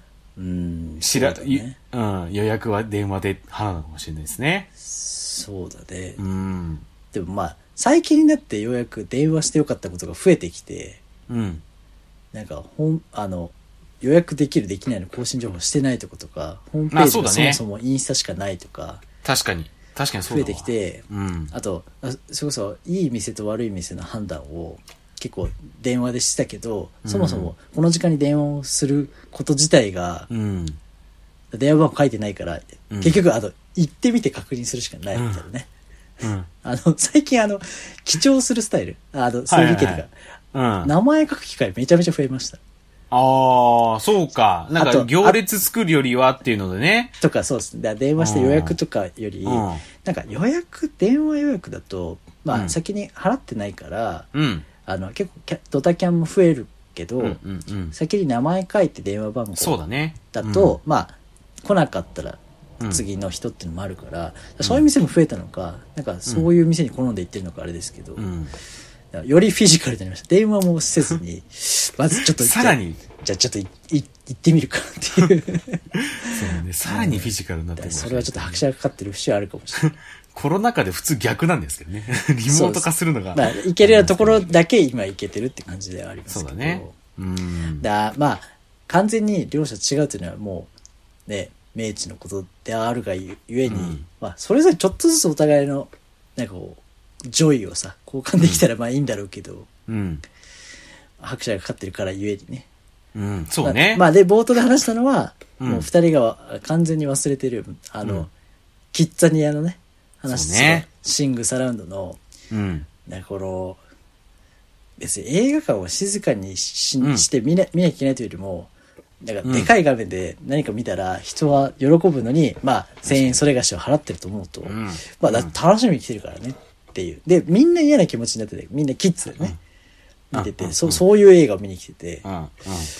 ね、 予約は電話で派なのかもしれないですね。 そうだね。でもまあ、最近になってようやく電話してよかったことが増えてきて、なんか予約できるできないの更新情報してないとことか、ホームページがそもそもインスタしかないとか、 確かにそうだわ。 増えてきて、あと、それこそいい店と悪い店の判断を結構電話でしてたけど、そもそもこの時間に電話をすること自体が、電話番号書いてないから、結局行ってみて確認するしかないみたいなね。最近記帳するスタイル、整理券とか、名前書く機会めちゃめちゃ増えました。 そうか。なんか行列作るよりはっていうのでね。 とかそうですね。電話して予約とかより、なんか電話予約だと、まあ先に払ってないから、結構ドタキャンも増えるけど、先に名前書いて電話番号だと、まあ来なかったら次の人っていうのもあるから、そういう店も増えたのか、なんかそういう店に好んで行ってるのかあれですけど、よりフィジカルになりました。電話もせずに、まずちょっとさらにじゃあちょっと行ってみるかっていうそうね、さらにフィジカルになってる、 それはちょっと拍車がかかってる節はあるかもしれない。 コロナ禍で普通逆なんですけどね。リモート化するのが。 行けるようなところだけ今行けてるって感じではありますけど。 そうだね。 まあ、完全に両者違うというのはもう、ね、明治のことであるがゆえに、まあ、それぞれちょっとずつお互いの、なんかこう、ジョイをさ、交換できたらまあいいんだろうけど、拍車がかかってるからゆえにね。 そうね。 まあ、で、冒頭で話したのは、もう二人が完全に忘れてる、キッザニアのね、話ですね。シングサラウンドの、なんかこの、別に映画館を静かにして見なきゃいけないというよりも、なんかでかい画面で何か見たら人は喜ぶのに、まあ1000円それがしを払ってると思うと、まあ楽しみに来てるからねっていう。で、みんな嫌な気持ちになってて、みんなキッズでね、見てて、そういう映画を見に来てて、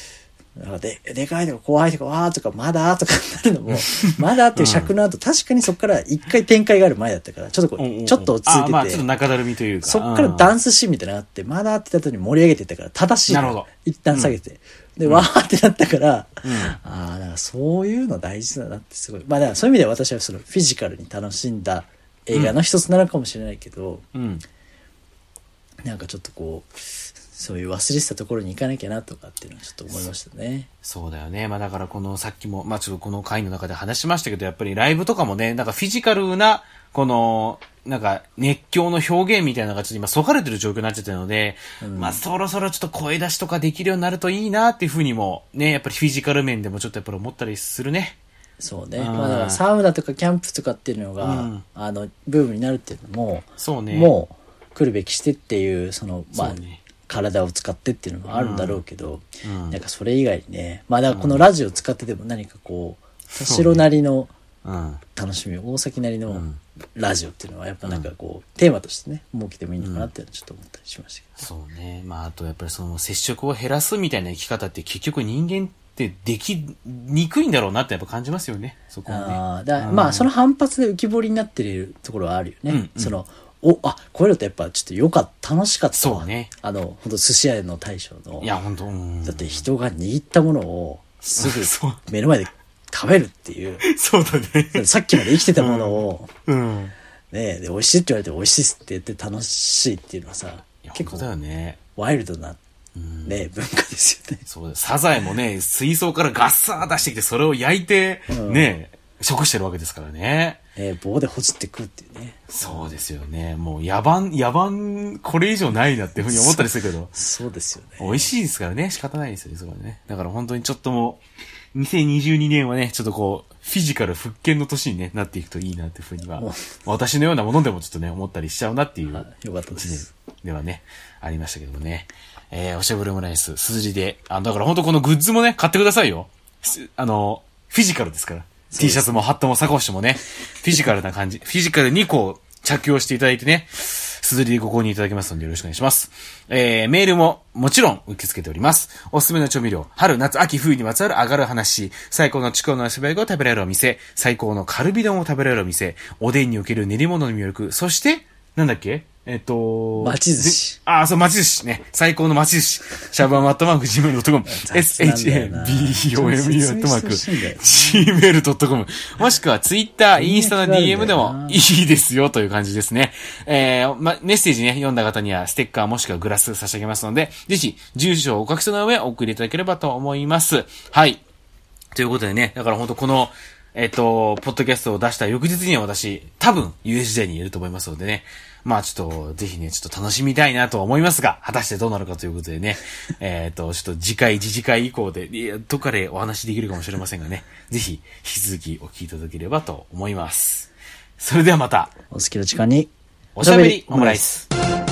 でかいとか怖いとかわーとかまだとかなるのも、まだっていう尺の後、確かにそこから一回展開がある前だったから、ちょっとちょっと落ち着いてて。 まあちょっと中だるみというか。 そっからダンスシーンみたいなのがあって、まだって言った後に盛り上げてったから、正しい。 なるほど。 一旦下げて。で、わーってなったから、だからそういうの大事だなってすごい。まあだからそういう意味では私はそのフィジカルに楽しんだ映画の一つなのかもしれないけど、なんかちょっとこう、そういう忘れてたところに行かなきゃなとかっていうのはちょっと思いましたね。 そうだよね。まあだからこのさっきも、まあちょっとこの回の中で話しましたけど、やっぱりライブとかもね、なんかフィジカルな、この、なんか熱狂の表現みたいなのがちょっと今そがれてる状況になっちゃってるので、まあそろそろちょっと声出しとかできるようになるといいなっていうふうにも、ね、やっぱりフィジカル面でもちょっとやっぱり思ったりするね。 そうね。まあだからサウナとかキャンプとかっていうのが、ブームになるっていうのも、 そうね。 もう来るべきしてっていう、その、まあ、体を使ってっていうのもあるんだろうけど、なんかそれ以外にね、まあだからこのラジオを使ってでも何かこう、田代なりの楽しみ、大崎なりのラジオっていうのはやっぱなんかこう、テーマとしてね、設けてもいいのかなっていうのはちょっと思ったりしましたけど。 そうね。まああとやっぱりその接触を減らすみたいな生き方って結局人間ってできにくいんだろうなってやっぱ感じますよね、そこはね。 まあその反発で浮き彫りになってるところはあるよね。そのこういうのってやっぱちょっと楽しかったわ。 そうね。 本当寿司屋の大将の。 いや、本当だって人が握ったものをすぐ目の前で食べるっていう。 そうだね。 さっきまで生きてたものを、ねで、美味しいって言われて美味しいって言って楽しいっていうのはさ、結構だよね。 ワイルドな、ね、文化ですよね。 そうだ。サザエもね、水槽からガッサー出してきて、それを焼いて、ね、食してるわけですからね。 棒でほじって食うっていうね。 そうですよね。もう野蛮、これ以上ないなっていうふうに思ったりするけど。 そうですよね。 美味しいですからね。仕方ないですよね、そこはね。だから本当にちょっともう、2022年はね、ちょっとこう、フィジカル復権の年に、ね、なっていくといいなっていうふうには、私のようなものでもちょっとね、思ったりしちゃうなっていう。 よかったです。 ではね、ありましたけどもね。おしゃぶりオムライス、すずりで、だから本当このグッズもね、買ってくださいよ。フィジカルですから。T シャツもハットもサコッシュもね、フィジカルな感じ、フィジカルにこう、着用していただいてね、すずりでご購入いただけますのでよろしくお願いします。メールももちろん受け付けております。おすすめの調味料、春、夏、秋、冬にまつわる上がる話、最高のちくわのすべがを食べられるお店、最高のカルビ丼を食べられるお店、おでんにおける練り物の魅力、そして、なんだっけ町寿司。 そう、町寿司ね。最高の町寿司。シャバマットマーク Gmail.com。shabome.gmail.com。もしくは Twitter、インスタの DM でもいいですよという感じですね。メッセージね、読んだ方にはステッカーもしくはグラス差し上げますので、ぜひ、住所をお書きの上お送りいただければと思います。はい。ということでね、だから本当この、ポッドキャストを出した翌日には私、多分 USJ にいると思いますのでね。まあちょっと、ぜひね、ちょっと楽しみたいなとは思いますが、果たしてどうなるかということでね、ちょっと次回以降で、どっかでお話できるかもしれませんがね、ぜひ、引き続きお聞きいただければと思います。それではまた、 お好きな時間に、 おしゃべりオムライス。